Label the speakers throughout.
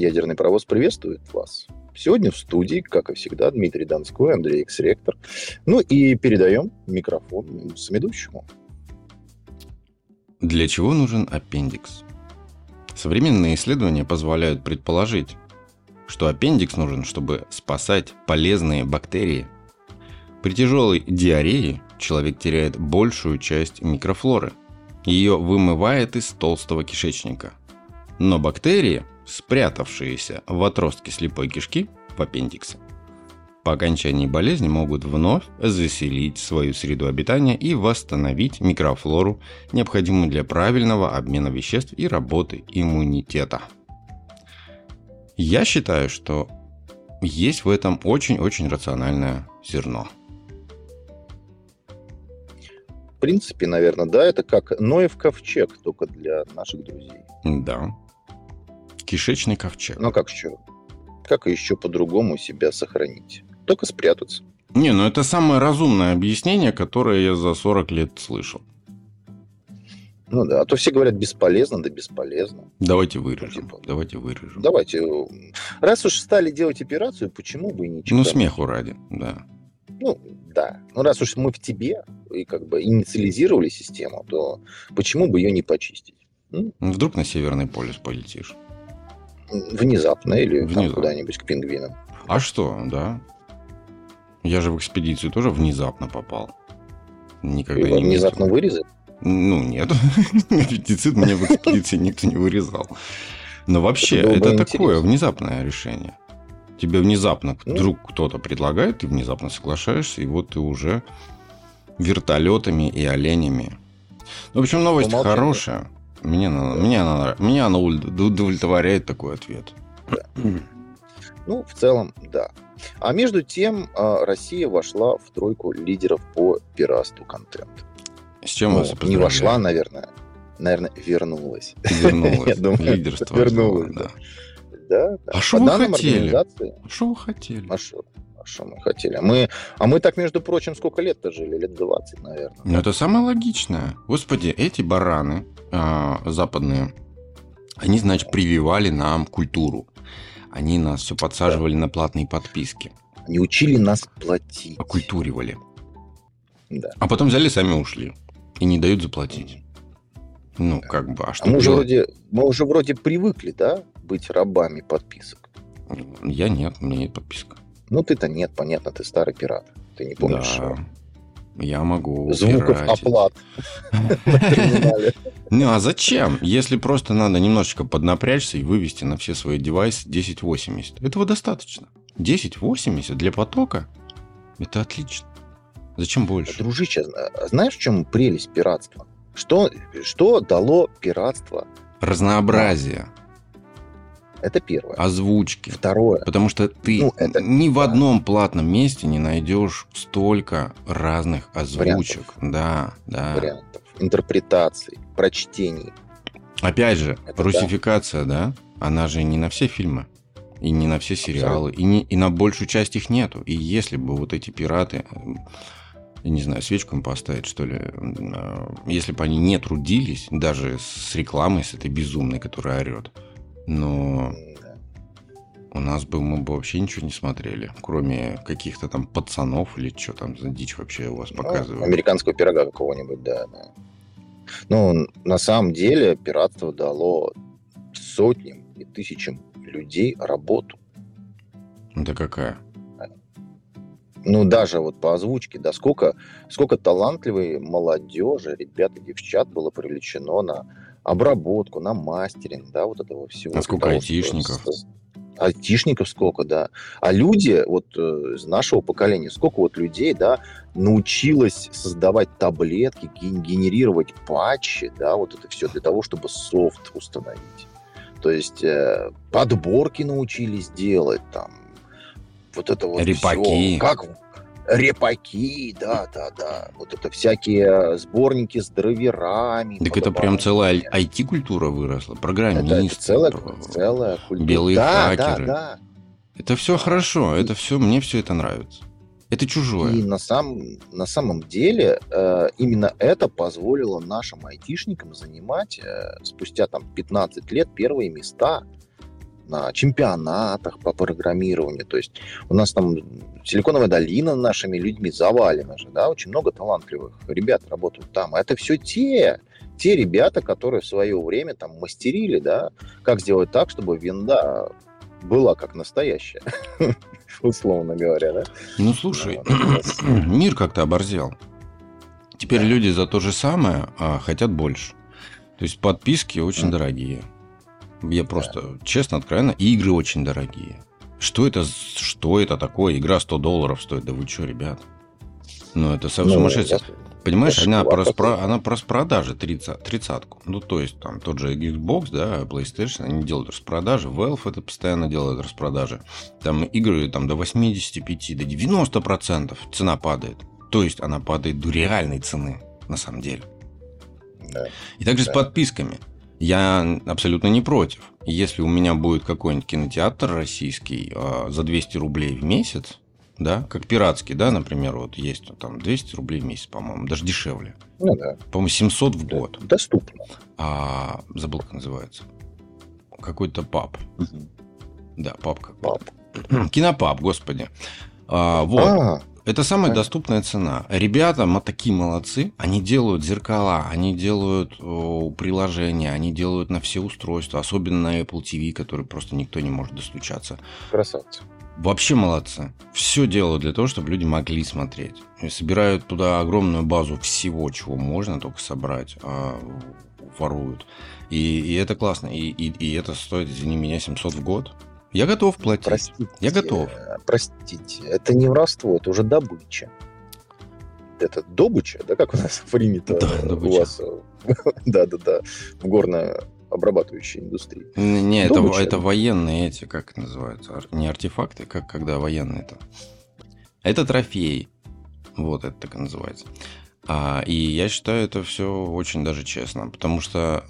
Speaker 1: Ядерный паровоз приветствует вас. Сегодня в студии, как и всегда, Дмитрий Донской, Андрей Экс-ректор. Ну и передаем микрофон соведущему.
Speaker 2: Для чего нужен аппендикс? Современные исследования позволяют предположить, что аппендикс нужен, чтобы спасать полезные бактерии. При тяжелой диарее человек теряет большую часть микрофлоры. Ее вымывает из толстого кишечника. Но бактерии, спрятавшиеся в отростке слепой кишки, в аппендиксе, по окончании болезни могут вновь заселить свою среду обитания и восстановить микрофлору, необходимую для правильного обмена веществ и работы иммунитета. Я считаю, что есть в этом очень-очень рациональное зерно.
Speaker 1: В принципе, наверное, да, это как Ноев ковчег, только для наших друзей.
Speaker 2: Да. Кишечный ковчег.
Speaker 1: Ну как еще? Как еще по-другому себя сохранить? Только спрятаться.
Speaker 2: Не, ну это самое разумное объяснение, которое я за 40 лет слышал.
Speaker 1: Ну да, а то все говорят бесполезно, да бесполезно.
Speaker 2: Давайте вырежем.
Speaker 1: Ну, типа,
Speaker 2: Давайте вырежем.
Speaker 1: Давайте. Раз уж стали делать операцию, почему бы и не чекануть?
Speaker 2: Ну, смеху ради, да.
Speaker 1: Ну, да. Ну, раз уж мы в тебе и как бы инициализировали систему, то почему бы ее не почистить?
Speaker 2: Вдруг на Северный полюс полетишь.
Speaker 1: Внезапно или
Speaker 2: Внезапно.
Speaker 1: Там куда-нибудь к пингвинам.
Speaker 2: А что, да. Я же в экспедицию тоже внезапно попал. Никогда
Speaker 1: Его
Speaker 2: не
Speaker 1: внезапно
Speaker 2: метил.
Speaker 1: вырезали?
Speaker 2: Ну, нет. Аппендицит мне в экспедиции никто не вырезал. Но вообще,
Speaker 1: Это было бы
Speaker 2: это
Speaker 1: интересно.
Speaker 2: такое внезапное решение. Тебе внезапно вдруг кто-то предлагает, ты внезапно соглашаешься, и вот ты уже вертолетами и оленями. Ну, в общем, новость
Speaker 1: По умолчанию.
Speaker 2: хорошая. Меня она удовлетворяет такой ответ.
Speaker 1: Ну, в целом, да. А между тем, Россия вошла в тройку лидеров по пиратству контента.
Speaker 2: С чем
Speaker 1: Ну,
Speaker 2: вас и
Speaker 1: не
Speaker 2: поздравляю.
Speaker 1: вошла, наверное, вернулась.
Speaker 2: Вернулась.
Speaker 1: Я думаю,
Speaker 2: Лидерство.
Speaker 1: вернулась,
Speaker 2: да.
Speaker 1: Да.
Speaker 2: А что
Speaker 1: По
Speaker 2: вы
Speaker 1: данным
Speaker 2: хотели?
Speaker 1: организации...
Speaker 2: А что вы хотели?
Speaker 1: А что мы хотели? А мы так, между прочим, сколько лет-то жили? Лет 20, наверное.
Speaker 2: Ну, это самое логичное. Господи, эти бараны западные, они, значит, прививали нам культуру. Они нас все подсаживали на платные подписки.
Speaker 1: Они учили нас платить.
Speaker 2: Окультуривали.
Speaker 1: Да.
Speaker 2: А потом взяли, сами ушли. И не дают заплатить. Ну, как бы, а что
Speaker 1: мы
Speaker 2: делать?
Speaker 1: уже вроде привыкли, да, быть рабами подписок.
Speaker 2: Я нет, у меня нет подписка.
Speaker 1: Ну, ты-то нет, понятно, ты старый пират. Ты не помнишь
Speaker 2: Да. Я могу
Speaker 1: звуков
Speaker 2: пиратить.
Speaker 1: оплат на терминале.
Speaker 2: Ну, а зачем? Если просто надо немножечко поднапрячься и вывести на все свои девайсы 1080. Этого достаточно. 1080 для потока? Это отлично. Зачем больше?
Speaker 1: Дружище, знаешь, в чем прелесть пиратства? Что дало пиратство?
Speaker 2: Разнообразие.
Speaker 1: Это первое.
Speaker 2: Озвучки.
Speaker 1: Второе.
Speaker 2: Потому что ты
Speaker 1: это-
Speaker 2: ни в
Speaker 1: да.
Speaker 2: одном платном месте не найдешь столько разных озвучек. Да.
Speaker 1: Вариантов, интерпретаций, прочтений.
Speaker 2: Опять же,
Speaker 1: Это
Speaker 2: русификация, да, она же не на все фильмы, и не на все сериалы, и на большую часть их нету. И если бы вот эти пираты, я не знаю, свечку им поставить, что ли, если бы они не трудились, даже с рекламой, с этой безумной, которая орет, но у нас бы мы бы вообще ничего не смотрели, кроме каких-то там пацанов или что там за дичь вообще у вас показывают.
Speaker 1: Американского пирога какого-нибудь, да. Ну, на самом деле пиратство дало сотням и тысячам людей работу.
Speaker 2: Это какая?
Speaker 1: Ну, даже вот по озвучке, да, сколько талантливой молодежи, ребят и девчат было привлечено на обработку, на мастеринг, да, вот этого всего.
Speaker 2: А сколько айтишников?
Speaker 1: Айтишников сколько, да. А люди, вот из нашего поколения, сколько вот людей, да, научилось создавать таблетки, генерировать патчи, да, вот это все для того, чтобы софт установить. То есть подборки научились делать там, вот это вот
Speaker 2: Репаки.
Speaker 1: всё. Как репаки, да. Вот это всякие сборники с драйверами.
Speaker 2: Так это прям целая IT-культура выросла, программисты.
Speaker 1: Это целая культура.
Speaker 2: Белые хакеры.
Speaker 1: Да.
Speaker 2: Это все хорошо, мне все это нравится. Это чужое.
Speaker 1: И на самом деле именно это позволило нашим айтишникам занимать спустя там 15 лет первые места. на чемпионатах по программированию. То есть у нас там Силиконовая долина нашими людьми завалена же, да, очень много талантливых ребят работают там. А это все те ребята, которые в свое время там мастерили, да, как сделать так, чтобы винда была как настоящая, условно говоря, да.
Speaker 2: Ну, слушай, мир как-то оборзел. Теперь люди за то же самое хотят больше. То есть подписки очень дорогие. Я просто, честно, откровенно, игры очень дорогие. Что это такое? Игра $100 стоит. Да вы что, ребят? Ну, это сумасшедшее. Понимаешь, она по распродаже 30-ку. Ну, то есть, там, тот же Xbox, да, PlayStation, они делают распродажи. Valve это постоянно делает распродажи. Там игры там, до 85, до 90% цена падает. То есть, она падает до реальной цены, на самом деле.
Speaker 1: Да.
Speaker 2: И также с подписками. Я абсолютно не против. Если у меня будет какой-нибудь кинотеатр российский за 200 рублей в месяц, да, как пиратский, да, например, вот есть там 200 рублей в месяц, по-моему, даже дешевле.
Speaker 1: Ну да.
Speaker 2: По-моему, 700 в год.
Speaker 1: Доступно.
Speaker 2: Забыл, как называется. Какой-то паб. Да, паб какой-то.
Speaker 1: Паб.
Speaker 2: Кинопаб, господи. Вот. Это самая доступная цена. Ребята такие молодцы. Они делают зеркала, они делают приложения, они делают на все устройства, особенно на Apple TV, который просто никто не может достучаться.
Speaker 1: Красавцы.
Speaker 2: Вообще молодцы. Все делают для того, чтобы люди могли смотреть. И собирают туда огромную базу всего, чего можно только собрать, воруют. И это классно. И это стоит, извини меня, 700 в год. Я готов платить.
Speaker 1: Простите,
Speaker 2: я готов.
Speaker 1: Простите, это не воровство, это уже добыча. Это добыча, да, как у нас принято у вас, да, в горно-обрабатывающей индустрии.
Speaker 2: Не, это военные эти, как это называется, не артефакты, как когда военные-то. Это трофеи. Вот это так и называется. И я считаю, это все очень даже честно, потому что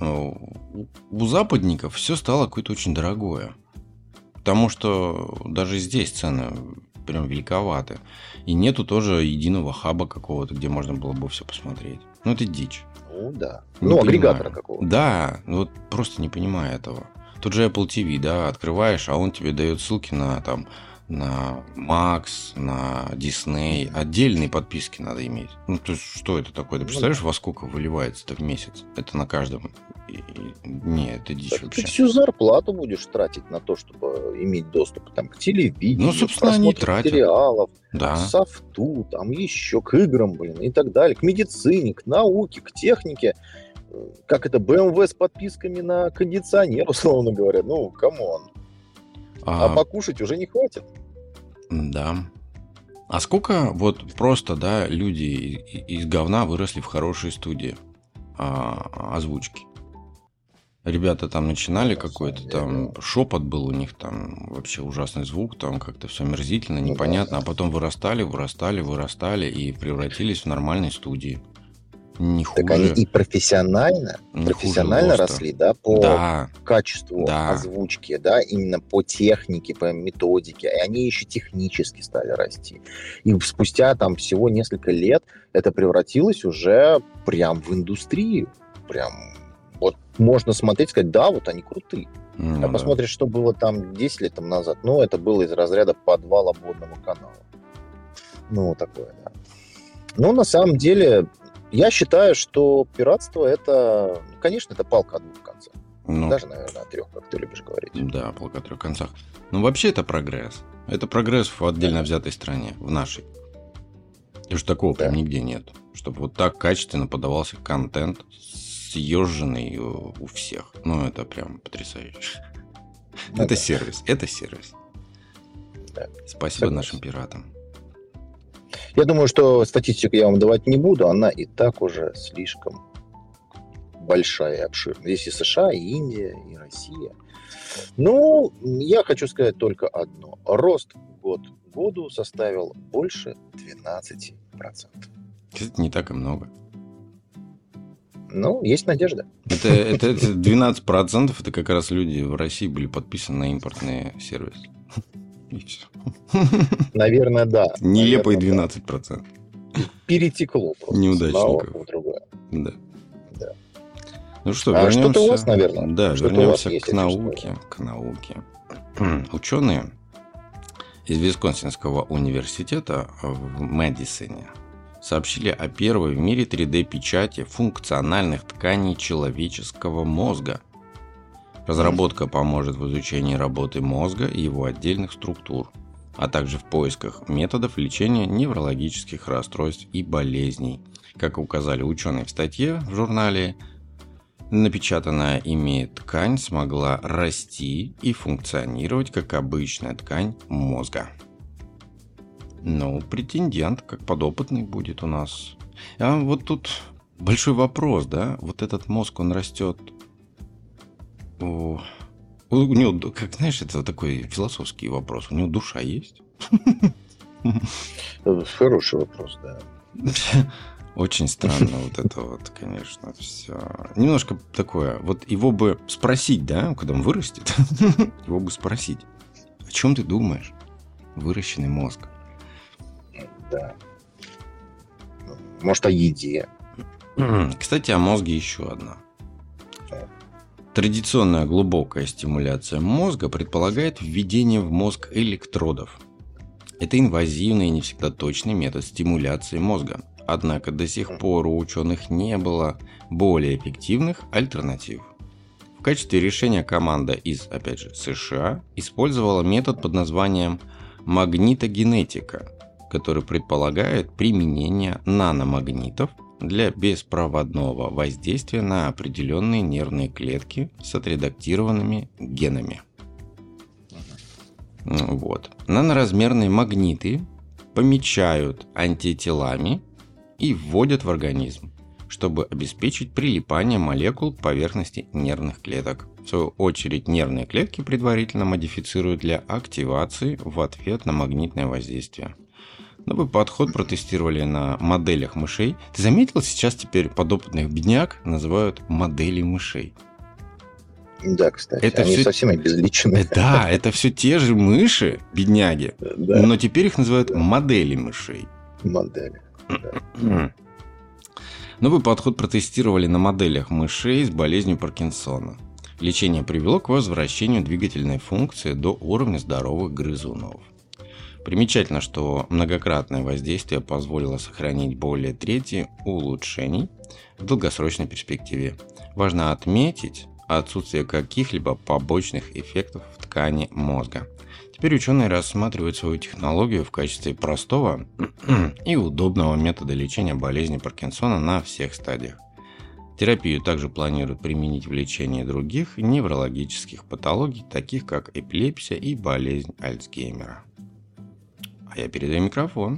Speaker 2: у западников все стало какое-то очень дорогое. Потому что даже здесь цены прям великоваты. И нету тоже единого хаба какого-то, где можно было бы все посмотреть. Ну, это дичь.
Speaker 1: Ну, да.
Speaker 2: Не
Speaker 1: агрегатора какого-то.
Speaker 2: Да, вот просто не понимаю этого. Тут же Apple TV, да, открываешь, а он тебе дает ссылки на Max, на Disney. Отдельные подписки надо иметь. Ну, то есть, что это такое? Ты представляешь, во сколько выливается-то в месяц? Это на каждом. Не, это дичь
Speaker 1: так
Speaker 2: вообще.
Speaker 1: Ты всю зарплату будешь тратить на то, чтобы иметь доступ там, к телевидению,
Speaker 2: собственно, они тратят.
Speaker 1: Сериалов,
Speaker 2: да.
Speaker 1: К софту, там еще к играм, и так далее, к медицине, к науке, к технике. Как это, BMW с подписками на кондиционер, условно говоря. Ну, камон. А покушать уже не хватит.
Speaker 2: Да. А сколько вот просто, да, люди из говна выросли в хорошие студии озвучки? Ребята там начинали какой-то там шепот был у них, там вообще ужасный звук, там как-то все мерзительно, непонятно, а потом вырастали и превратились в нормальные студии. Не хуже.
Speaker 1: Так они и профессионально росли, да, по качеству озвучки, да, именно по технике, по методике. И они еще технически стали расти. И спустя там всего несколько лет это превратилось уже прям в индустрию. Прям вот можно смотреть и сказать, да, вот они крутые. А посмотришь, что было там 10 лет назад, это было из разряда подвала обводного канала. Такое, да. На самом деле, я считаю, что пиратство это, конечно, это палка о двух концах. Даже, наверное, о трех, как ты любишь говорить. Да,
Speaker 2: палка о трех концах. Вообще это прогресс. Это прогресс в отдельно взятой стране, в нашей. Потому что такого прям нигде нет. Чтобы вот так качественно подавался контент, съезженный у всех. Это прям потрясающе. Это сервис. Да. Спасибо нашим пиратам.
Speaker 1: Я думаю, что статистику я вам давать не буду. Она и так уже слишком большая и обширная. Здесь и США, и Индия, и Россия. Я хочу сказать только одно. Рост год к году составил больше 12%.
Speaker 2: Это не так и много.
Speaker 1: Есть надежда.
Speaker 2: Это 12%, это как раз люди в России были подписаны на импортные сервисы. И все.
Speaker 1: Наверное, да.
Speaker 2: Нелепые 12%.
Speaker 1: Перетекло просто.
Speaker 2: Неудачников.
Speaker 1: Да.
Speaker 2: Ну что, вернемся.
Speaker 1: Что-то у вас, наверное.
Speaker 2: Да, вернемся к науке. Ученые из Висконсинского университета в Мэдисоне сообщили о первой в мире 3D-печати функциональных тканей человеческого мозга. Разработка поможет в изучении работы мозга и его отдельных структур, а также в поисках методов лечения неврологических расстройств и болезней. Как указали ученые в статье в журнале, напечатанная ими ткань смогла расти и функционировать как обычная ткань мозга. Ну, претендент как подопытный будет у нас. А вот тут большой вопрос, да? Вот этот мозг, он растет... У него, как знаешь, это такой философский вопрос. У него душа есть?
Speaker 1: Хороший вопрос, да.
Speaker 2: Очень странно вот это вот, конечно, все. Немножко такое. Вот его бы спросить, да, когда он вырастет, его бы спросить, о чем ты думаешь? Выращенный мозг.
Speaker 1: Да. Может, о еде.
Speaker 2: Кстати, о мозге еще одна. Традиционная глубокая стимуляция мозга предполагает введение в мозг электродов. Это инвазивный и не всегда точный метод стимуляции мозга. Однако до сих пор у ученых не было более эффективных альтернатив. В качестве решения команда из, опять же, США использовала метод под названием магнитогенетика, который предполагает применение наномагнитов для беспроводного воздействия на определенные нервные клетки с отредактированными генами. Вот. Наноразмерные магниты помечают антителами и вводят в организм, чтобы обеспечить прилипание молекул к поверхности нервных клеток. В свою очередь, нервные клетки предварительно модифицируют для активации в ответ на магнитное воздействие. Новый подход протестировали на моделях мышей. Ты заметил, сейчас теперь подопытных бедняк называют модели мышей?
Speaker 1: Да, кстати,
Speaker 2: это
Speaker 1: они
Speaker 2: все...
Speaker 1: совсем обезличены.
Speaker 2: Да, это все те же мыши, бедняги, да. Но теперь их называют модели мышей.
Speaker 1: Модели, да.
Speaker 2: Новый подход протестировали на моделях мышей с болезнью Паркинсона. Лечение привело к возвращению двигательной функции до уровня здоровых грызунов. Примечательно, что многократное воздействие позволило сохранить более трети улучшений в долгосрочной перспективе. Важно отметить отсутствие каких-либо побочных эффектов в ткани мозга. Теперь ученые рассматривают свою технологию в качестве простого и удобного метода лечения болезни Паркинсона на всех стадиях. Терапию также планируют применить в лечении других неврологических патологий, таких как эпилепсия и болезнь Альцгеймера. А я передаю микрофон.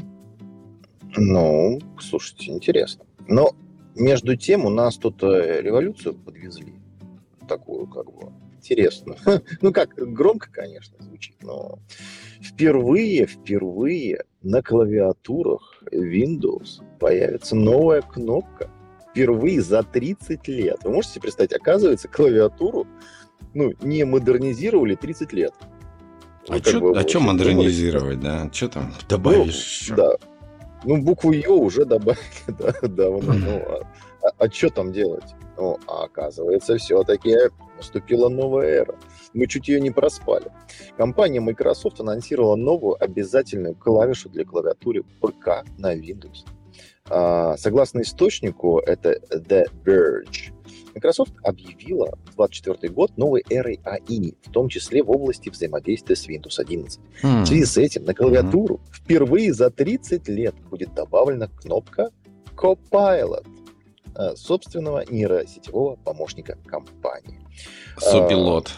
Speaker 1: Ну, слушайте, интересно. Но между тем у нас тут революцию подвезли. Такую, как бы, интересную. Ну, как, громко, конечно, звучит, но впервые на клавиатурах Windows появится новая кнопка. Впервые за 30 лет. Вы можете себе представить, оказывается, клавиатуру не модернизировали 30 лет.
Speaker 2: А что модернизировать, да? Что там добавишь еще?
Speaker 1: Да. Букву Ё уже добавили, да, давно. А что там делать? Оказывается, все-таки наступила новая эра. Мы чуть ее не проспали. Компания Microsoft анонсировала новую обязательную клавишу для клавиатуры ПК на Windows. Согласно источнику, это The Verge, Microsoft объявила 2024 год новой эрой AI, в том числе в области взаимодействия с Windows 11. В связи с этим на клавиатуру впервые за 30 лет будет добавлена кнопка Copilot, собственного нейросетевого помощника компании.
Speaker 2: Сопилот.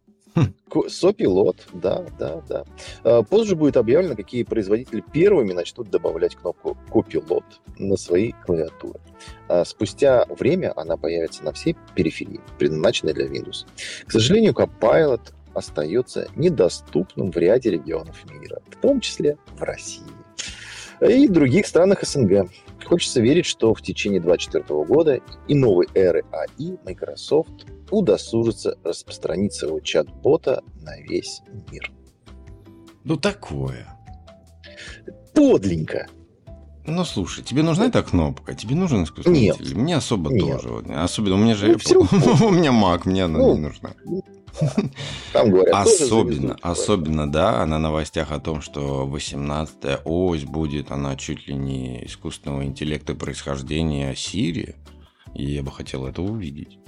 Speaker 1: Сопилот, да. Позже будет объявлено, какие производители первыми начнут добавлять кнопку Copilot на свои клавиатуры. Спустя время она появится на всей периферии, предназначенной для Windows. К сожалению, Copilot остается недоступным в ряде регионов мира, в том числе в России и других странах СНГ. Хочется верить, что в течение 2024 года и новой эры AI Microsoft удосужится распространить своего чат-бота на весь мир.
Speaker 2: Такое.
Speaker 1: Подленько.
Speaker 2: Слушай, тебе нужна эта кнопка? Тебе нужен искусственный интеллект? Мне особо
Speaker 1: Нет.
Speaker 2: тоже. Особенно у меня же Apple. У меня Mac, мне она не нужна.
Speaker 1: Там говорят, тоже завезут.
Speaker 2: Особенно, да, на новостях о том, что 18-я ось будет, она чуть ли не искусственного интеллекта происхождения Сирии. И я бы хотел это увидеть.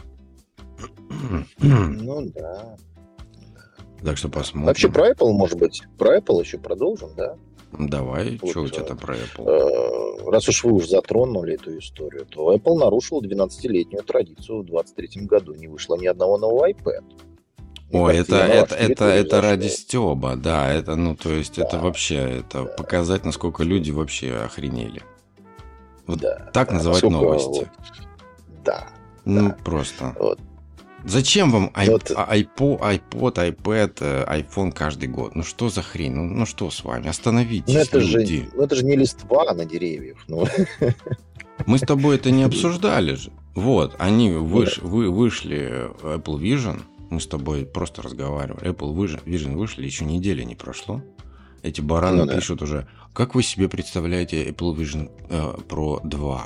Speaker 1: Ну да.
Speaker 2: Так что посмотрим.
Speaker 1: Вообще про Apple, может быть, про Apple еще продолжим, да?
Speaker 2: Давай, вот, что у тебя там про Apple?
Speaker 1: Раз уж вы уже затронули эту историю, то Apple нарушил 12-летнюю традицию. В 2023 году не вышло ни одного нового iPad.
Speaker 2: Ой, это ради стёба, да, это, ну, то есть, да, это вообще, это да, показать, насколько люди вообще охренели. Вот да, так да, называть новости.
Speaker 1: Вот, да.
Speaker 2: Ну,
Speaker 1: да.
Speaker 2: просто.
Speaker 1: Вот.
Speaker 2: Зачем вам iPod, iPad, iPhone каждый год? Ну, что за хрень? Ну что с вами? Остановитесь, люди.
Speaker 1: Это же не листва на деревьях. Ну.
Speaker 2: Мы с тобой это не обсуждали же. Вот, они вышли, Apple Vision. Мы с тобой просто разговаривали. Apple Vision вышли, еще недели не прошло. Эти бараны пишут уже, как вы себе представляете Apple Vision Pro 2?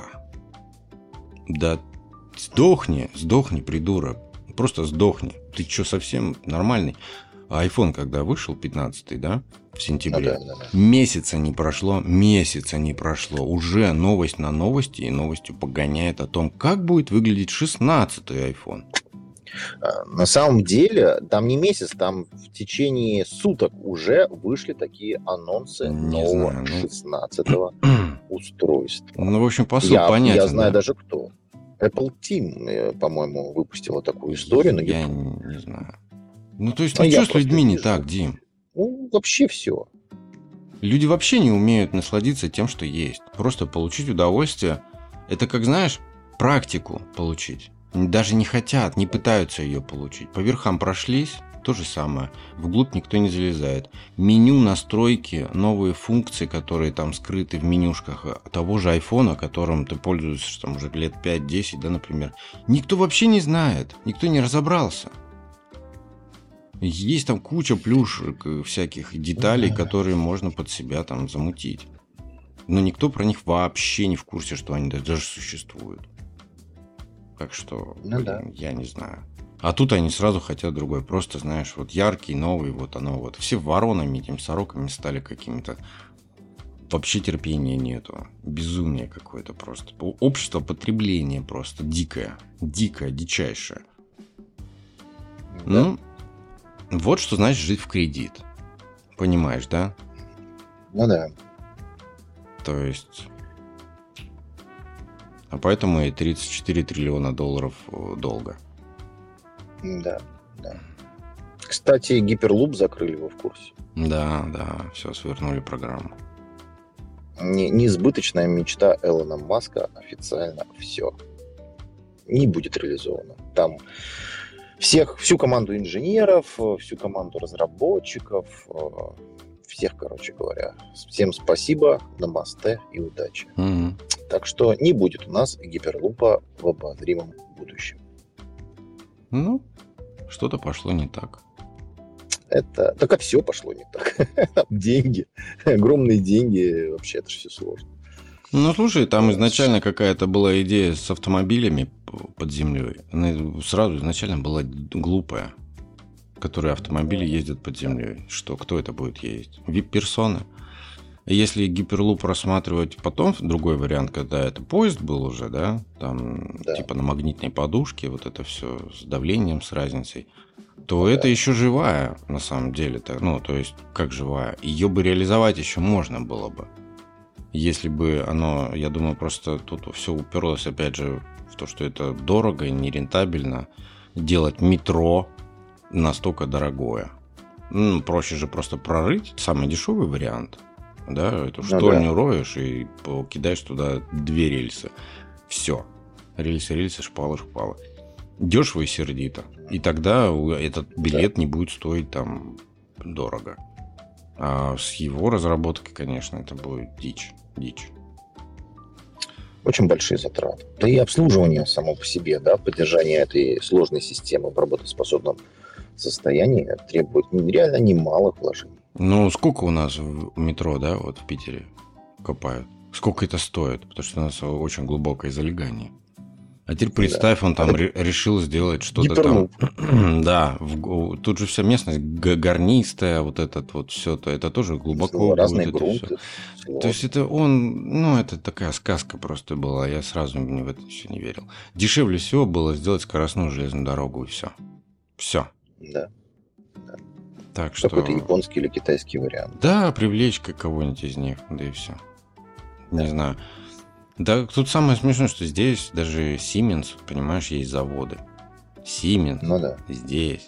Speaker 2: Да сдохни, придурок. Просто сдохни. Ты что, совсем нормальный? А iPhone, когда вышел, 15-й, да, в сентябре, месяца не прошло, уже новость на новости, и новостью погоняет о том, как будет выглядеть 16-й iPhone.
Speaker 1: На самом деле, там не месяц, там в течение суток уже вышли такие анонсы нового 16-го устройства.
Speaker 2: Ну, в общем, посыл понятен.
Speaker 1: Я знаю даже кто. Apple Team, по-моему, выпустила такую историю на YouTube.
Speaker 2: Я не знаю. Ну, то есть, что с людьми не так, Дим?
Speaker 1: Ну, вообще все.
Speaker 2: Люди вообще не умеют насладиться тем, что есть. Просто получить удовольствие. Это как, знаешь, практику получить. Даже не хотят, не пытаются ее получить. По верхам прошлись, то же самое. Вглубь никто не залезает. Меню, настройки, новые функции, которые там скрыты в менюшках того же айфона, которым ты пользуешься там уже лет 5-10, да, например. Никто вообще не знает, никто не разобрался. Есть там куча плюшек, всяких деталей, которые можно под себя там замутить. Но никто про них вообще не в курсе, что они даже существуют. Так что, я не знаю. А тут они сразу хотят другой. Просто, знаешь, вот яркий, новый, вот оно вот. Все воронами, этими сороками стали какими-то. Вообще терпения нету. Безумие какое-то просто. Общество потребления просто дикое. Дикое, дичайшее. Да. Ну, вот что значит жить в кредит. Понимаешь, да?
Speaker 1: Ну да.
Speaker 2: То есть... А поэтому и 34 триллиона долларов долга.
Speaker 1: Да, да. Кстати, Гиперлуп закрыли, вы в курсе?
Speaker 2: Да, все, свернули программу.
Speaker 1: Неизбыточная мечта Элона Маска официально все. Не будет реализована. Там всю команду инженеров, всю команду разработчиков, всех, короче говоря. Всем спасибо, намасте и удачи.
Speaker 2: Угу.
Speaker 1: Так что не будет у нас Гиперлупа в обозримом будущем.
Speaker 2: Ну, что-то пошло не так.
Speaker 1: Так а все пошло не так. Деньги, огромные деньги, вообще это же все сложно.
Speaker 2: Ну, слушай, там изначально какая-то была идея с автомобилями под землей. Она сразу изначально была глупая. Которые автомобили ездят под землей. Что, кто это будет ездить? VIP-персоны. Если Гиперлуп рассматривать потом, другой вариант, когда это поезд был уже, да, там типа на магнитной подушке, вот это все с давлением, с разницей, то это еще живая, на самом деле-то. Ну, то есть, как живая. Ее бы реализовать еще можно было бы. Если бы оно, я думаю, просто тут все уперлось, опять же, в то, что это дорого и нерентабельно делать метро настолько дорогое. Ну, проще же просто прорыть. Самый дешевый вариант. Да, эту штольню роешь и кидаешь туда 2 рельсы. Все. Рельсы, шпалы. Дешево и сердито. И тогда этот билет не будет стоить там дорого. А с его разработкой, конечно, это будет дичь.
Speaker 1: Очень большие затраты. Да и обслуживание само по себе, да, поддержание этой сложной системы в работоспособном состоянии требует реально немалых вложений.
Speaker 2: Ну, сколько у нас в метро, да, вот в Питере копают? Сколько это стоит? Потому что у нас очень глубокое залегание. А теперь представь, он там решил сделать что-то там. Да, тут же вся местность горнистая, вот этот вот все, то это тоже глубоко.
Speaker 1: Разные грунты.
Speaker 2: То есть это он, это такая сказка просто была, я сразу в это все не верил. Дешевле всего было сделать скоростную железную дорогу и все. Все.
Speaker 1: Да.
Speaker 2: Так что...
Speaker 1: Какой-то японский или китайский вариант.
Speaker 2: Да, привлечь кого-нибудь из них, да и все. Не знаю. Да, тут самое смешное, что здесь даже Siemens, понимаешь, есть заводы. Siemens здесь.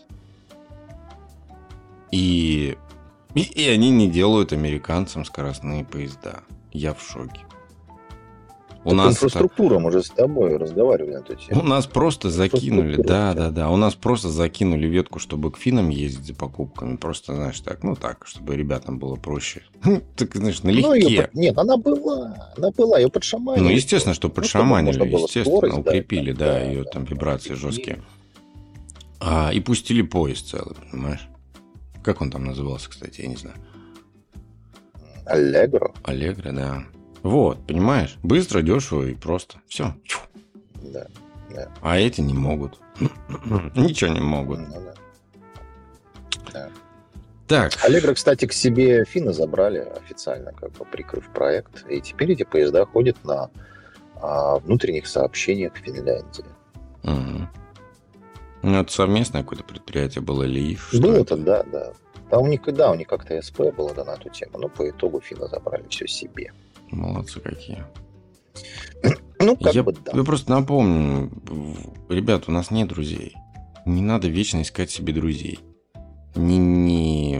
Speaker 2: И они не делают американцам скоростные поезда. Я в шоке.
Speaker 1: У нас инфраструктура, мы же с тобой разговаривали на эту тему.
Speaker 2: У нас просто закинули, да. У нас просто закинули ветку, чтобы к финнам ездить за покупками. Просто, знаешь, так, чтобы ребятам было проще. Так, знаешь, налегке.
Speaker 1: Нет, она была, ее подшаманили.
Speaker 2: Ну, естественно, что подшаманили, естественно, укрепили, да, ее там вибрации жесткие. И пустили поезд целый, понимаешь? Как он там назывался, кстати, я не знаю.
Speaker 1: Аллегро,
Speaker 2: да. Вот, понимаешь? Быстро, дешево и просто. Все.
Speaker 1: Да.
Speaker 2: А эти не могут. Ничего не могут.
Speaker 1: Да.
Speaker 2: Так.
Speaker 1: Аллегро, кстати, к себе финны забрали официально, прикрыв проект. И теперь эти поезда ходят на внутренних сообщениях в Финляндии.
Speaker 2: Угу. Ну, это совместное какое-то предприятие было или их?
Speaker 1: Было-то, да. А у них как-то СП было на эту тему, но по итогу финны забрали все себе.
Speaker 2: Молодцы какие.
Speaker 1: Да.
Speaker 2: Я просто напомню, ребят, у нас нет друзей. Не надо вечно искать себе друзей. Ни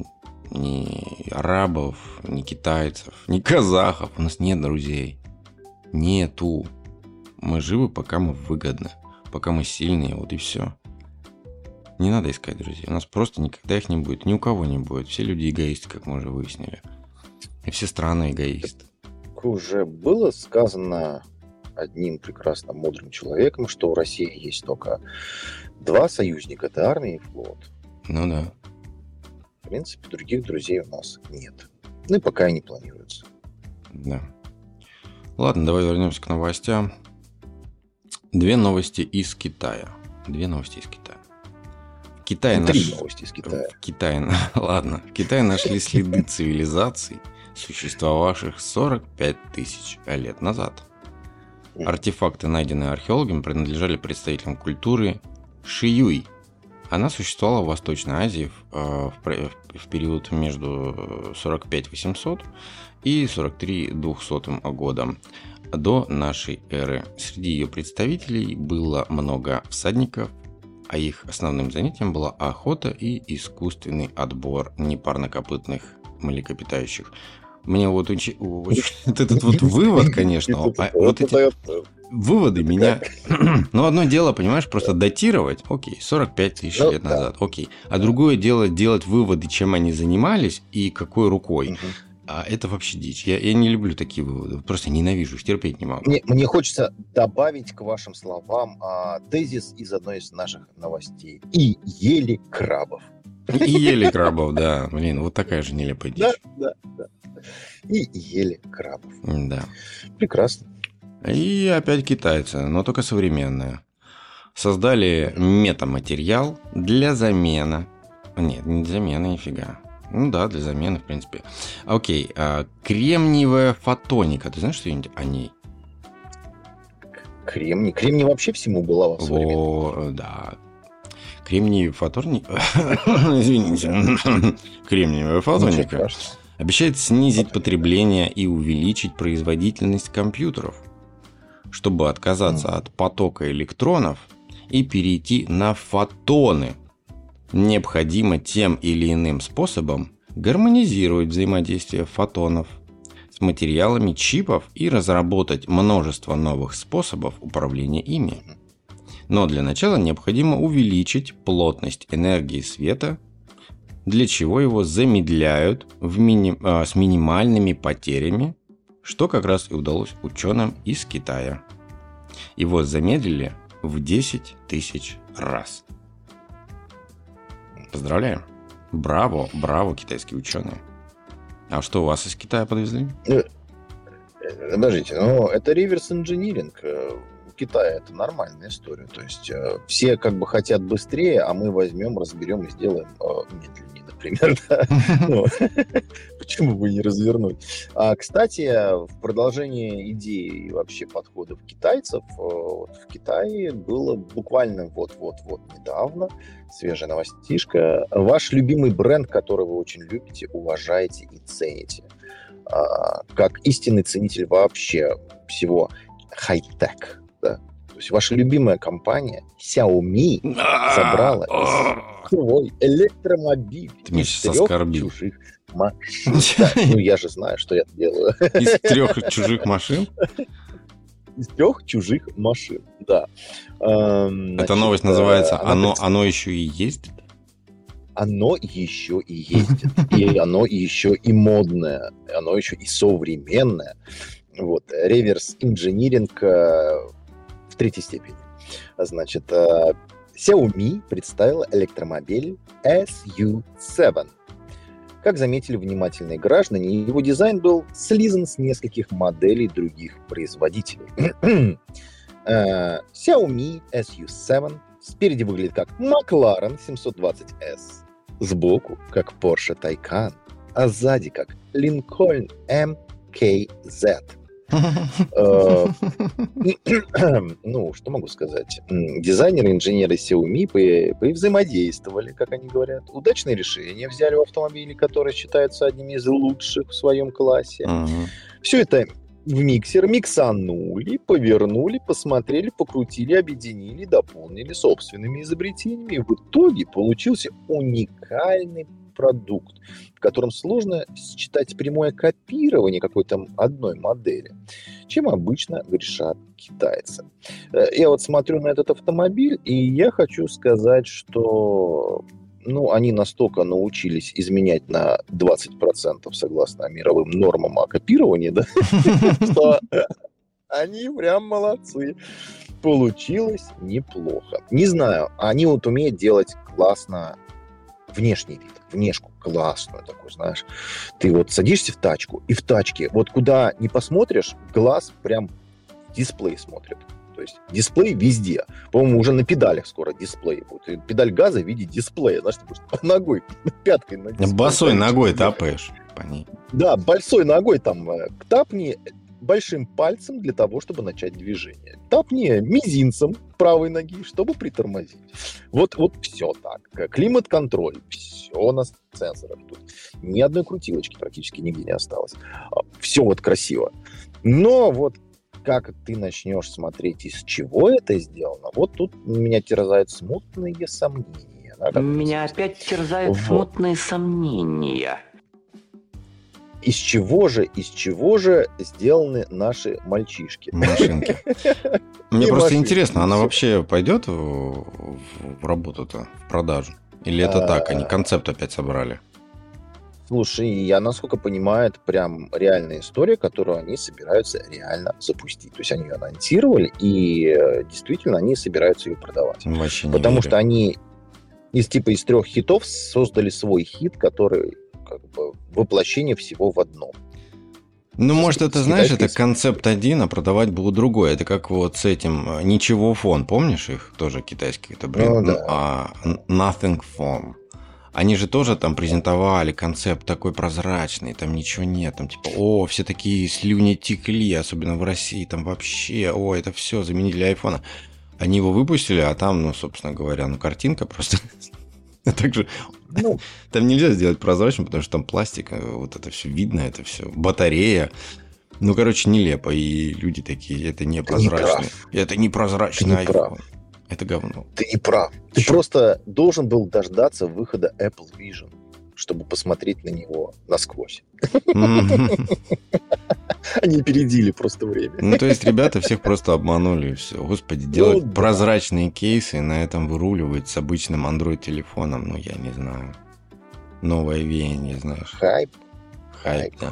Speaker 2: арабов, ни китайцев, ни казахов. У нас нет друзей. Нету. Мы живы, пока мы выгодны. Пока мы сильные, вот и все. Не надо искать друзей. У нас просто никогда их не будет. Ни у кого не будет. Все люди эгоисты, как мы уже выяснили. И все страны эгоисты.
Speaker 1: Уже было сказано одним прекрасным мудрым человеком, что у России есть только два союзника. Это армия и флот.
Speaker 2: Ну да.
Speaker 1: В принципе, других друзей у нас нет. Ну и пока и не планируется.
Speaker 2: Да. Ладно, давай вернемся к новостям. Две новости из Китая.
Speaker 1: Три новости из Китая.
Speaker 2: В Китае нашли следы цивилизаций, существовавших 45 тысяч лет назад. Артефакты, найденные археологами, принадлежали представителям культуры Шиюй. Она существовала в Восточной Азии в период между 45 800 и 43 200 годом до нашей эры. Среди ее представителей было много всадников, а их основным занятием была охота и искусственный отбор непарнокопытных млекопитающих. Мне вот этот вот вывод, конечно, вот эти выводы меня... Ну, одно дело, понимаешь, просто датировать, окей, 45 тысяч лет назад, окей. А другое дело делать выводы, чем они занимались и какой рукой. А это вообще дичь. Я не люблю такие выводы. Просто ненавижу их, терпеть не могу.
Speaker 1: Мне хочется добавить к вашим словам тезис из одной из наших новостей. И ели крабов.
Speaker 2: И ели крабов, да. Блин, вот такая же нелепая дичь.
Speaker 1: Да. И ели крабов.
Speaker 2: Да.
Speaker 1: Прекрасно.
Speaker 2: И опять китайцы, но только современные. Создали метаматериал для замены. Нет, не для замены, нифига. Ну да, для замены, в принципе. Окей, кремниевая фотоника. Ты знаешь что-нибудь о ней?
Speaker 1: Кремний? Кремний вообще всему была во современном.
Speaker 2: Да. Кремниевая фотоника... Извините. Кремниевая фотоника обещает снизить потребление и увеличить производительность компьютеров, чтобы отказаться от потока электронов и перейти на фотоны. Необходимо тем или иным способом гармонизировать взаимодействие фотонов с материалами чипов и разработать множество новых способов управления ими. Но для начала необходимо увеличить плотность энергии света, для чего его замедляют с минимальными потерями, что как раз и удалось ученым из Китая. Его замедлили в 10 тысяч раз. Поздравляем. Браво, китайские ученые. А что у вас из Китая подвезли?
Speaker 1: Подождите, это реверс инжиниринг. Китае это нормальная история. То есть все как бы хотят быстрее, а мы возьмем, разберем и сделаем медленнее, например. Ну, почему бы не развернуть? Кстати, в продолжении идеи и вообще подходов китайцев, в Китае было буквально вот-вот-вот недавно, свежая новостишка, ваш любимый бренд, который вы очень любите, уважаете и цените, как истинный ценитель вообще всего хай-тек, да? То есть ваша любимая компания Xiaomi забрала свой электромобиль из 3 чужих машин. Да, ну, я же знаю, что я делаю.
Speaker 2: Из 3 чужих машин?
Speaker 1: Из 3 чужих машин, да.
Speaker 2: Эта новость называется «Оно еще и ездит»?
Speaker 1: Оно еще и ездит, и оно еще и модное, оно еще и современное. Вот, реверс-инжиниринг в 3-й степени. Значит, Xiaomi представила электромобиль SU7. Как заметили внимательные граждане, его дизайн был слизан с нескольких моделей других производителей. Xiaomi SU7 спереди выглядит как McLaren 720S, сбоку как Porsche Taycan, а сзади как Lincoln MKZ. Ну, что могу сказать? Дизайнеры, инженеры Xiaomi взаимодействовали, как они говорят. Удачные решения взяли в автомобиле, которые считаются одними из лучших в своем классе. Все это в миксер миксанули, повернули, посмотрели, покрутили, объединили, дополнили собственными изобретениями. И в итоге получился уникальный продукт, в котором сложно считать прямое копирование какой-то одной модели, чем обычно грешат китайцы. Я вот смотрю на этот автомобиль, и я хочу сказать, что они настолько научились изменять на 20% согласно мировым нормам о копировании, да, что они прям молодцы. Получилось неплохо. Не знаю, они вот умеют делать классно внешний вид, внешку классную такую, знаешь. Ты вот садишься в тачку, и в тачке, вот куда не посмотришь, глаз прям в дисплей смотрит. То есть дисплей везде. По-моему, уже на педалях скоро дисплей будет. И педаль газа в виде дисплея. Знаешь, ты будешь ногой, пяткой на дисплей.
Speaker 2: Босой ногой тапаешь по ней.
Speaker 1: Да, большой ногой там тапни большим пальцем для того, чтобы начать движение. Тапни мизинцем правой ноги, чтобы притормозить. Вот все так. Климат-контроль. Все на сенсорах тут. Ни одной крутилочки практически нигде не осталось. Все вот красиво. Но вот как ты начнешь смотреть, из чего это сделано, вот тут меня терзают смутные сомнения. Да,
Speaker 3: меня опять терзают смутные сомнения.
Speaker 1: Из чего же сделаны наши мальчишки?
Speaker 2: Машинки. Мне просто интересно, она вообще пойдет в работу-то, в продажу? Или это так, они концепт опять собрали?
Speaker 1: Слушай, я, насколько понимаю, это прям реальная история, которую они собираются реально запустить. То есть они ее анонсировали, и действительно они собираются ее продавать.
Speaker 2: Вообще не
Speaker 1: Потому
Speaker 2: верю.
Speaker 1: что они из 3 хитов создали свой хит, который как бы воплощение всего в одном.
Speaker 2: Ну, может, это, знаешь, это концепт один, а продавать было другое. Это как вот с этим Ничего Фон, помнишь их? Тоже китайский это бренд.
Speaker 1: Да.
Speaker 2: Nothing Phone. Они же тоже там презентовали концепт такой прозрачный, там ничего нет, там типа, все такие слюни текли, особенно в России, там вообще, это все заменили айфона. Они его выпустили, а там, собственно говоря, картинка просто... Также там нельзя сделать прозрачным, потому что там пластик, вот это все видно, это все батарея. Нелепо. И люди такие, это не прозрачный. Это не прозрачный iPhone. Это говно.
Speaker 1: Ты не прав. Ты просто должен был дождаться выхода Apple Vision, чтобы посмотреть на него насквозь. Они опередили просто время.
Speaker 2: То есть ребята всех просто обманули и все. Господи, делать прозрачные кейсы и на этом выруливать с обычным Android-телефоном, я не знаю. Новое веяние, знаешь.
Speaker 1: Хайп.
Speaker 2: Да.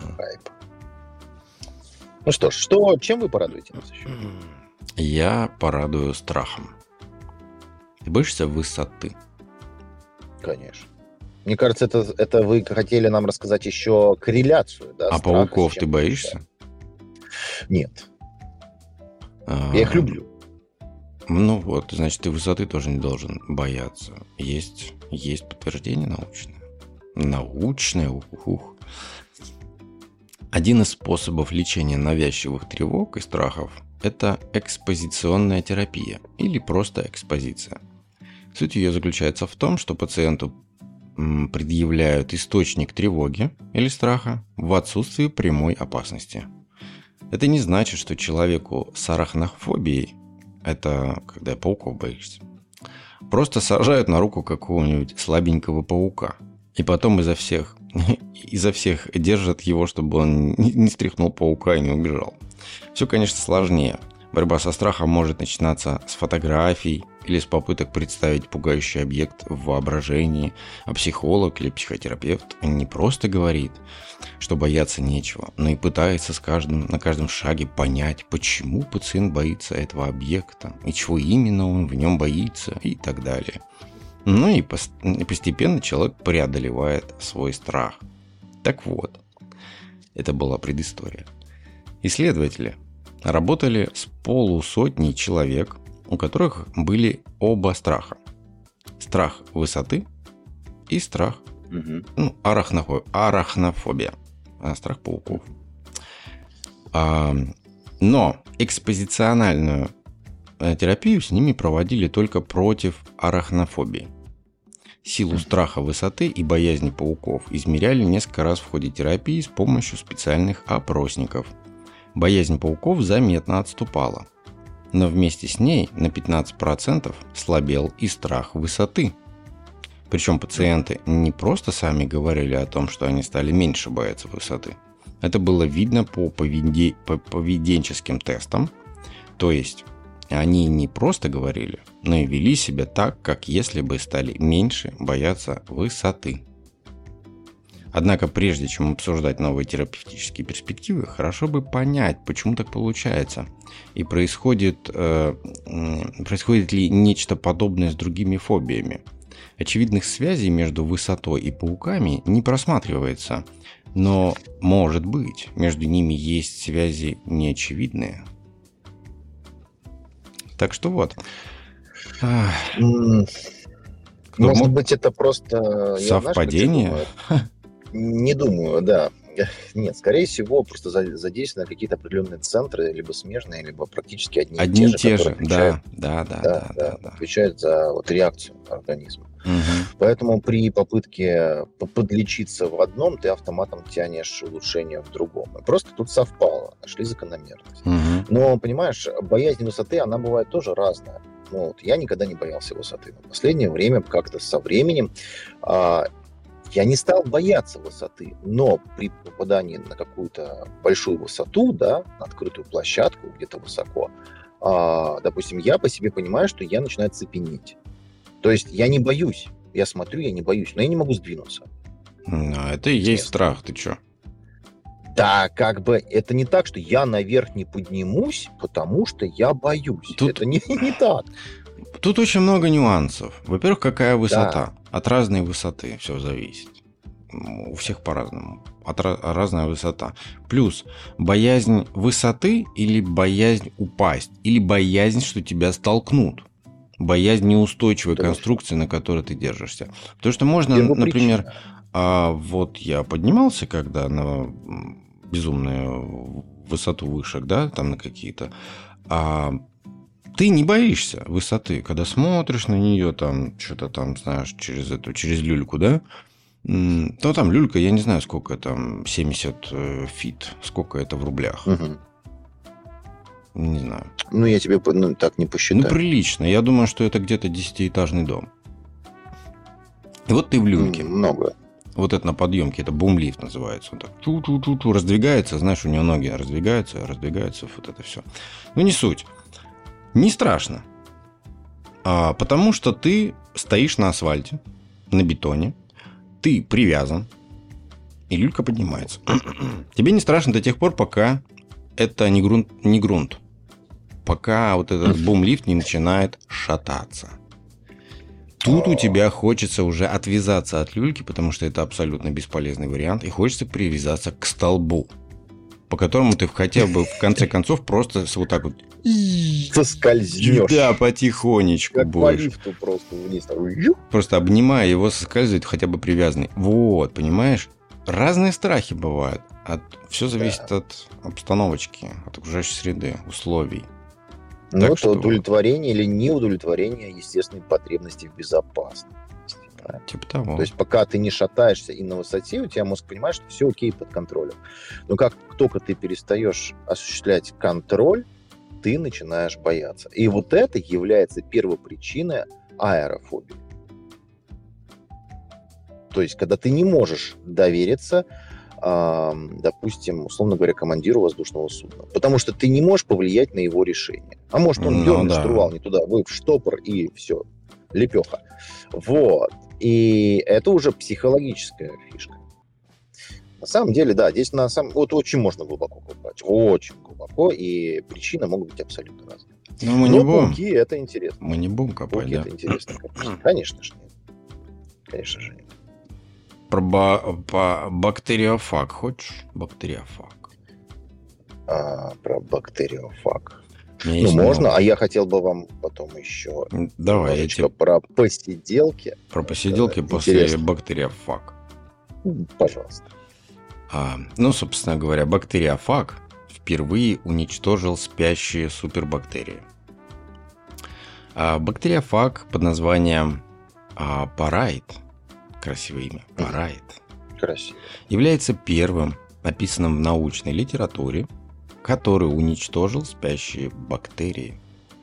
Speaker 1: Ну что ж, чем вы порадуете нас еще?
Speaker 2: Я порадую страхом. Ты боишься высоты?
Speaker 1: Конечно. Мне кажется, это вы хотели нам рассказать еще корреляцию. Да,
Speaker 2: а пауков ты боишься?
Speaker 1: Нет. Я их люблю.
Speaker 2: Ну вот, значит, ты высоты тоже не должен бояться. Есть подтверждение научное. Научное, ух. Один из способов лечения навязчивых тревог и страхов – это экспозиционная терапия или просто экспозиция. Суть ее заключается в том, что пациенту предъявляют источник тревоги или страха в отсутствии прямой опасности. Это не значит, что человеку с арахнофобией, это когда пауков боишься, просто сажают на руку какого-нибудь слабенького паука и потом изо всех держат его, чтобы он не стряхнул паука и не убежал. Все, конечно, сложнее. Борьба со страхом может начинаться с фотографий или с попыток представить пугающий объект в воображении, а психолог или психотерапевт не просто говорит, что бояться нечего, но и пытается на каждом шаге понять, почему пациент боится этого объекта, и чего именно он в нем боится, и так далее. Ну и постепенно человек преодолевает свой страх. Так вот, это была предыстория. Исследователи работали с 150 человек, у которых были оба страха. Страх высоты и страх арахнофобия. Страх пауков. Но экспозициональную терапию с ними проводили только против арахнофобии. Силу страха высоты и боязни пауков измеряли несколько раз в ходе терапии с помощью специальных опросников. Боязнь пауков заметно отступала, но вместе с ней на 15% слабел и страх высоты. Причем пациенты не просто сами говорили о том, что они стали меньше бояться высоты. Это было видно по поведенческим тестам, то есть они не просто говорили, но и вели себя так, как если бы стали меньше бояться высоты. Однако прежде чем обсуждать новые терапевтические перспективы, хорошо бы понять, почему так получается, и происходит ли нечто подобное с другими фобиями. Очевидных связей между высотой и пауками не просматривается, но, может быть, между ними есть связи неочевидные. Так что вот.
Speaker 1: Может быть, это просто...
Speaker 2: совпадение?
Speaker 1: Не думаю, да. Нет, скорее всего, просто задействованы какие-то определенные центры, либо смежные, либо практически одни и те же.
Speaker 2: Да.
Speaker 1: Отвечают за реакцию организма.
Speaker 2: Угу.
Speaker 1: Поэтому при попытке подлечиться в одном, ты автоматом тянешь улучшение в другом. И просто тут совпало, нашли закономерность.
Speaker 2: Угу.
Speaker 1: Но, понимаешь, боязнь высоты, она бывает тоже разная. Я никогда не боялся высоты. В последнее время, как-то со временем, я не стал бояться высоты, но при попадании на какую-то большую высоту, на открытую площадку, где-то высоко, допустим, я по себе понимаю, что я начинаю цепенеть. То есть я не боюсь. Я смотрю, я не боюсь, но я не могу сдвинуться.
Speaker 2: Это и есть страх, ты чё?
Speaker 1: Да, это не так, что я наверх не поднимусь, потому что я боюсь. Это не так.
Speaker 2: Тут очень много нюансов. Во-первых, какая высота? Да. От разной высоты все зависит. У всех по-разному. Разная высота. Плюс боязнь высоты или боязнь упасть, или боязнь, что тебя столкнут. Боязнь неустойчивой конструкции, на которой ты держишься. Потому что можно, например, я поднимался, когда на безумную высоту вышек, там на какие-то, ты не боишься высоты, когда смотришь на нее, что-то знаешь, через люльку, да? То там люлька, я не знаю, сколько там, 70 фит, сколько это в рублях.
Speaker 1: Угу.
Speaker 2: Не знаю.
Speaker 1: Я тебе так не посчитаю.
Speaker 2: Прилично. Я думаю, что это где-то 10-этажный дом. И вот ты в люльке.
Speaker 1: Много.
Speaker 2: Вот это на подъемке, это бум-лифт называется. Он так ту-ту-ту-ту раздвигается, знаешь, у него ноги раздвигаются, вот это все. Не суть. Не страшно. Потому что ты стоишь на асфальте, на бетоне, ты привязан, и люлька поднимается. Тебе не страшно до тех пор, пока это не грунт. Пока вот этот бум-лифт не начинает шататься. Тут у тебя хочется уже отвязаться от люльки, потому что это абсолютно бесполезный вариант, и хочется привязаться к столбу, по которому ты хотя бы в конце концов просто вот так вот
Speaker 1: соскользнешь.
Speaker 2: Да, потихонечку
Speaker 1: Как по
Speaker 2: будешь.
Speaker 1: лифту просто вниз.
Speaker 2: Просто обнимая его, соскальзывает хотя бы привязанный. Вот, понимаешь? Разные страхи бывают. Все зависит от обстановочки, от окружающей среды, условий.
Speaker 1: Ну, это удовлетворение или неудовлетворение естественной потребности в безопасности.
Speaker 2: Типа того.
Speaker 1: То есть пока ты не шатаешься и на высоте, у тебя мозг понимает, что все окей, под контролем. Но как только ты перестаешь осуществлять контроль, ты начинаешь бояться. И вот это является первопричиной аэрофобии. То есть когда ты не можешь довериться, допустим, условно говоря, командиру воздушного судна. Потому что ты не можешь повлиять на его решение. А может, он дернет штурвал не туда, вы в штопор, и все, лепеха. Вот. И это уже психологическая фишка. На самом деле, да, здесь вот очень можно глубоко копать. Очень глубоко, и причины могут быть абсолютно разные.
Speaker 2: Но
Speaker 1: пауки — это интересно.
Speaker 2: Мы не будем копать,
Speaker 1: пауки,
Speaker 2: да?
Speaker 1: Это интересно. Конечно же нет. Конечно же нет.
Speaker 2: Про бактериофаг хочешь? Бактериофаг.
Speaker 1: Про бактериофаг.
Speaker 2: Можно,
Speaker 1: а я хотел бы вам потом еще
Speaker 2: давай,
Speaker 1: про посиделки.
Speaker 2: Про посиделки после бактериофаг.
Speaker 1: Пожалуйста.
Speaker 2: Собственно говоря, бактериофаг впервые уничтожил спящие супербактерии. Бактериофаг под названием Парайт, красивое имя, Парайт, является первым описанным в научной литературе, который уничтожил спящие бактерии.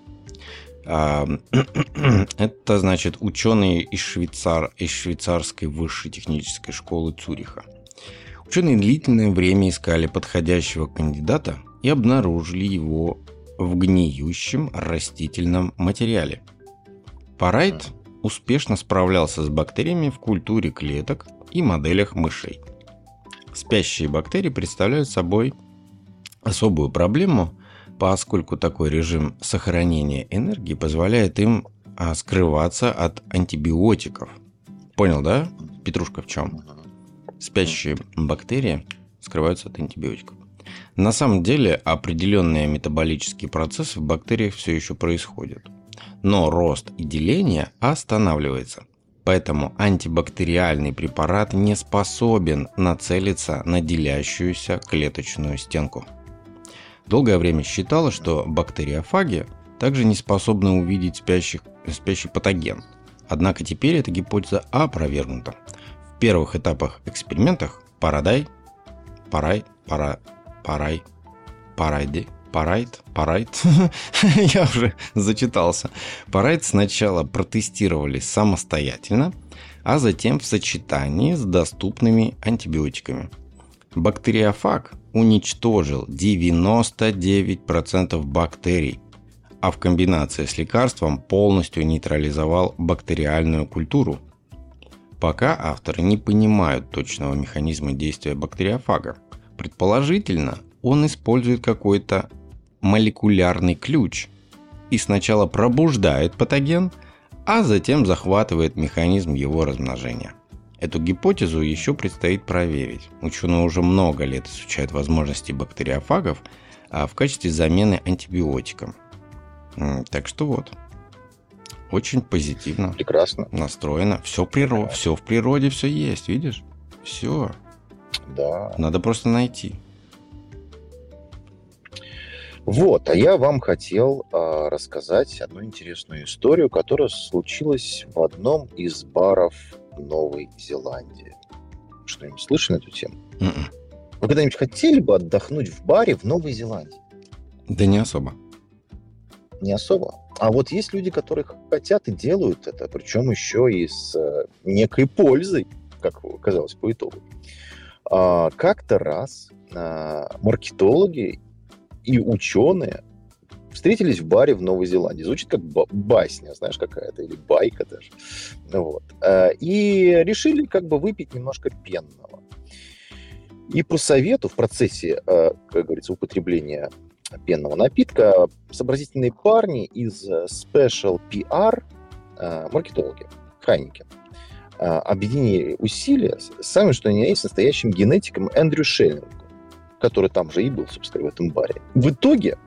Speaker 2: Это, значит, ученые из швейцарской высшей технической школы Цюриха. Ученые длительное время искали подходящего кандидата и обнаружили его в гниющем растительном материале. Парайт успешно справлялся с бактериями в культуре клеток и моделях мышей. Спящие бактерии представляют собой особую проблему, поскольку такой режим сохранения энергии позволяет им скрываться от антибиотиков. Понял, да, Петрушка, в чем? Спящие бактерии скрываются от антибиотиков. На самом деле определенные метаболические процессы в бактериях все еще происходят. Но рост и деление останавливается. Поэтому антибактериальный препарат не способен нацелиться на делящуюся клеточную стенку. Долгое время считалось, что бактериофаги также не способны увидеть спящий патоген. Однако теперь эта гипотеза опровергнута. В первых этапах экспериментов Парайт, я уже зачитался. Парайт сначала протестировали самостоятельно, а затем в сочетании с доступными антибиотиками. Бактериофаг уничтожил 99% бактерий, а в комбинации с лекарством полностью нейтрализовал бактериальную культуру. Пока авторы не понимают точного механизма действия бактериофага. Предположительно, он использует какой-то молекулярный ключ и сначала пробуждает патоген, а затем захватывает механизм его размножения. Эту гипотезу еще предстоит проверить. Ученые уже много лет изучают возможности бактериофагов в качестве замены антибиотикам. Так что вот. Очень позитивно.
Speaker 1: Прекрасно.
Speaker 2: Настроено. Все в природе, все есть, видишь? Все.
Speaker 1: Да.
Speaker 2: Надо просто найти.
Speaker 1: Вот, а я вам хотел рассказать одну интересную историю, которая случилась в одном из баров Новой Зеландии. Что-нибудь слышали на эту тему? Вы когда-нибудь хотели бы отдохнуть в баре в Новой Зеландии?
Speaker 2: Да не особо.
Speaker 1: Не особо. А вот есть люди, которые хотят и делают это, причем еще и с некой пользой, как оказалось по итогу. Как-то раз маркетологи и ученые встретились в баре в Новой Зеландии. Звучит как басня, знаешь, какая-то, или байка даже. Вот. И решили как бы выпить немножко пенного. И по совету в процессе, как говорится, употребления пенного напитка сообразительные парни из Special PR, маркетологи, Хайнекен, объединили усилия с самым, что ни на есть, настоящим генетиком Эндрю Шеллингом, который там же и был, собственно, в этом баре. В итоге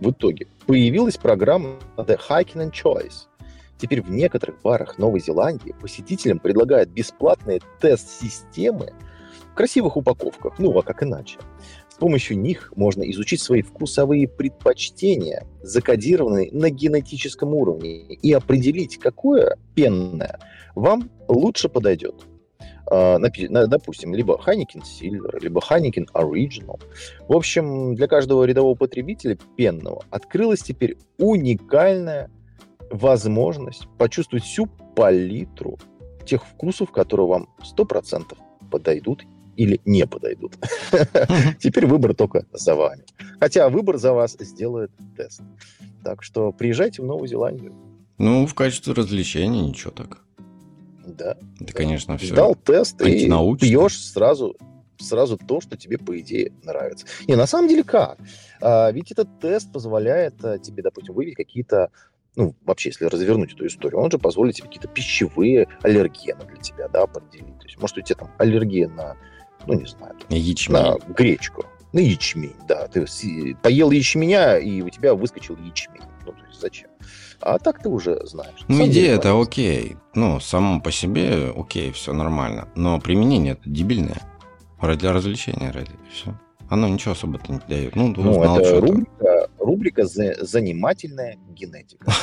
Speaker 1: в итоге появилась программа The Hiking and Choice. Теперь в некоторых барах Новой Зеландии посетителям предлагают бесплатные тест-системы в красивых упаковках. Ну, а как иначе? С помощью них можно изучить свои вкусовые предпочтения, закодированные на генетическом уровне, и определить, какое пенное вам лучше подойдет. Допустим, либо Heineken Silver, либо Heineken Original. В общем, для каждого рядового потребителя пенного открылась теперь уникальная возможность почувствовать всю палитру тех вкусов, которые вам 100% подойдут или не подойдут. Теперь выбор только за вами. Хотя выбор за вас сделает тест. Так что приезжайте в Новую Зеландию.
Speaker 2: Ну, в качестве развлечения ничего так.
Speaker 1: Да.
Speaker 2: Это, конечно, все.
Speaker 1: Сдал тест и
Speaker 2: антинаучно.
Speaker 1: пьешь сразу то, что тебе, по идее, нравится. Не, на самом деле как? Ведь этот тест позволяет тебе, допустим, выявить какие-то, ну, вообще, если развернуть эту историю, он же позволит тебе какие-то пищевые аллергены для тебя, да, определить. То есть, может, у тебя там аллергия на, ну, не знаю,
Speaker 2: ячмень.
Speaker 1: На гречку, на ячмень, да. Ты поел ячменя, и у тебя выскочил ячмень. Ну, то есть, зачем? А так ты уже знаешь.
Speaker 2: Ну, идея это окей. Ну, само по себе окей, все нормально. Но применение это дебильное. Для развлечения, ради. Все. Оно ничего особо-то не дает. Ну, узнал
Speaker 1: это
Speaker 2: что-то.
Speaker 1: рубрика «Занимательная генетика».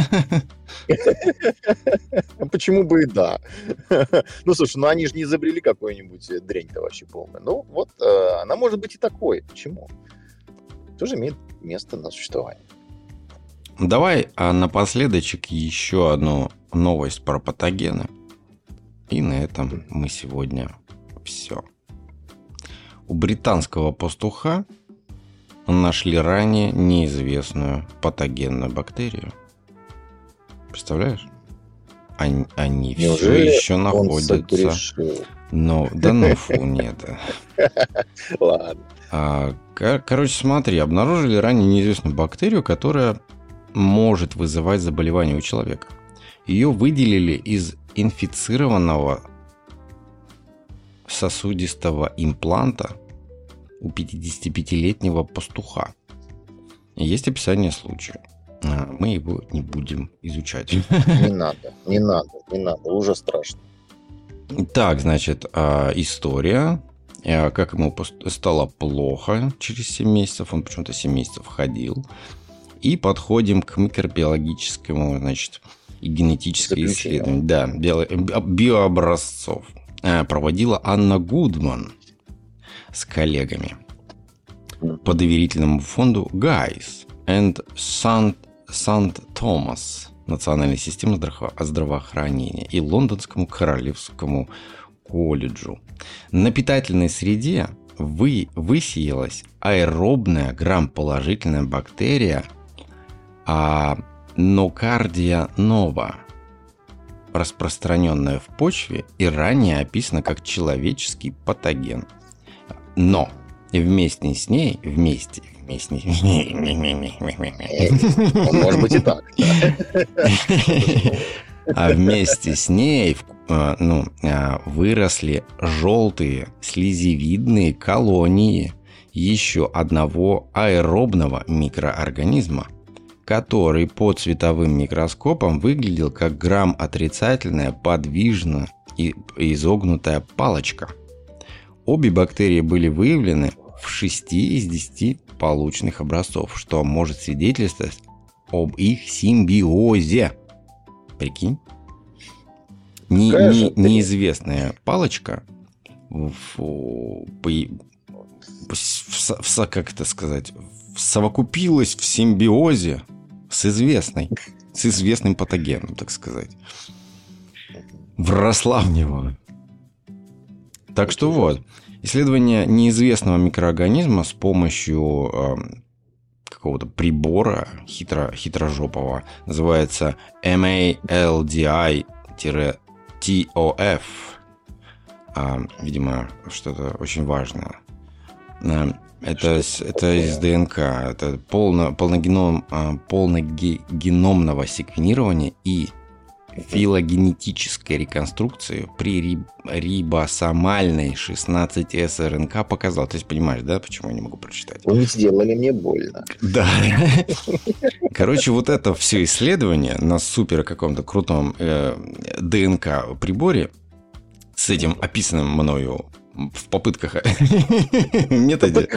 Speaker 1: Почему бы и да? Ну, слушай, ну они же не изобрели какую-нибудь дрянь-то вообще полную. Ну, вот она может быть и такой. Почему? Тоже имеет место на существование.
Speaker 2: Давай напоследочек еще одну новость про патогены. И на этом мы сегодня все. У британского пастуха нашли ранее неизвестную патогенную бактерию. Представляешь? Они все еще находятся. Но, да ну фу, нет.
Speaker 1: Ладно.
Speaker 2: Короче, смотри, обнаружили ранее неизвестную бактерию, которая может вызывать заболевание у человека. Ее выделили из инфицированного сосудистого импланта у 55-летнего пастуха. Есть описание случая. Мы его не будем изучать.
Speaker 1: Не надо. Уже страшно.
Speaker 2: Так, значит, история. Как ему стало плохо через 7 месяцев. Он почему-то 7 месяцев ходил. И подходим к микробиологическому, значит, и генетическому исследованию. Да, биообразцов. Проводила Анна Гудман с коллегами по доверительному фонду Guy's and St. Thomas Национальной системы здравоохранения и Лондонскому Королевскому колледжу. На питательной среде высеялась аэробная грамположительная бактерия Nocardia nova, распространенная в почве и ранее описана как человеческий патоген. Но вместе с ней...
Speaker 1: Может быть и так.
Speaker 2: А вместе с ней выросли желтые слизевидные колонии еще одного аэробного микроорганизма, который под световым микроскопом выглядел как грам-отрицательная подвижно изогнутая палочка. Обе бактерии были выявлены в 6 из 10 полученных образцов, что может свидетельствовать об их симбиозе. Прикинь? Неизвестная палочка как это сказать, совокупилась в симбиозе с известным патогеном, так сказать. Вросла в него. Так что вот, исследование неизвестного микроорганизма с помощью какого-то прибора хитрожопого называется MALDI-TOF. Видимо, что-то очень важное. Это из ДНК. Это полногеномного секвенирования и филогенетической реконструкции при рибосомальной 16С РНК показал. То есть, понимаешь, да, почему я не могу прочитать?
Speaker 1: Вы сделали мне больно.
Speaker 2: Да. Короче, вот это все исследование на супер каком-то крутом ДНК-приборе с этим описанным мною в попытках методе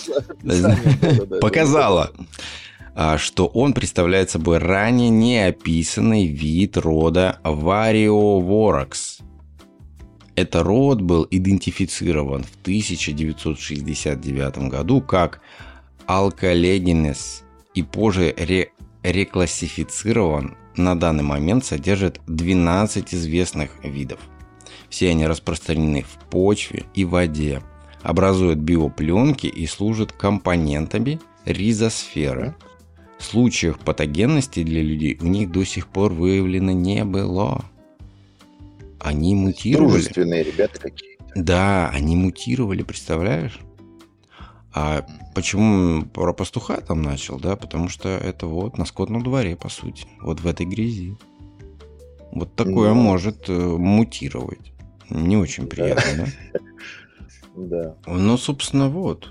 Speaker 2: показало, что он представляет собой ранее неописанный вид рода Variovorox. Этот род был идентифицирован в 1969 году как Alcalagines и позже реклассифицирован. На данный момент содержит 12 известных видов. Все они распространены в почве и воде, образуют биопленки и служат компонентами ризосферы. Случаев патогенности для людей у них до сих пор выявлено не было. Они мутировали.
Speaker 1: Дружественные ребята какие-то.
Speaker 2: Да, они мутировали, представляешь? А почему про пастуха там начал, да? Потому что это вот на скотном дворе, по сути. Вот в этой грязи. Вот такое может мутировать. Не очень приятно, да?
Speaker 1: Да.
Speaker 2: Ну, собственно, вот.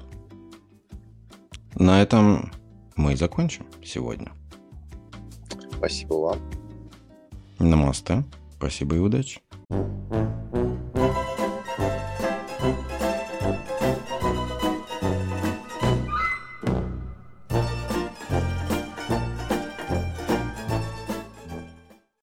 Speaker 2: На этом мы и закончим сегодня.
Speaker 1: Спасибо вам.
Speaker 2: Намасте. Спасибо и удачи.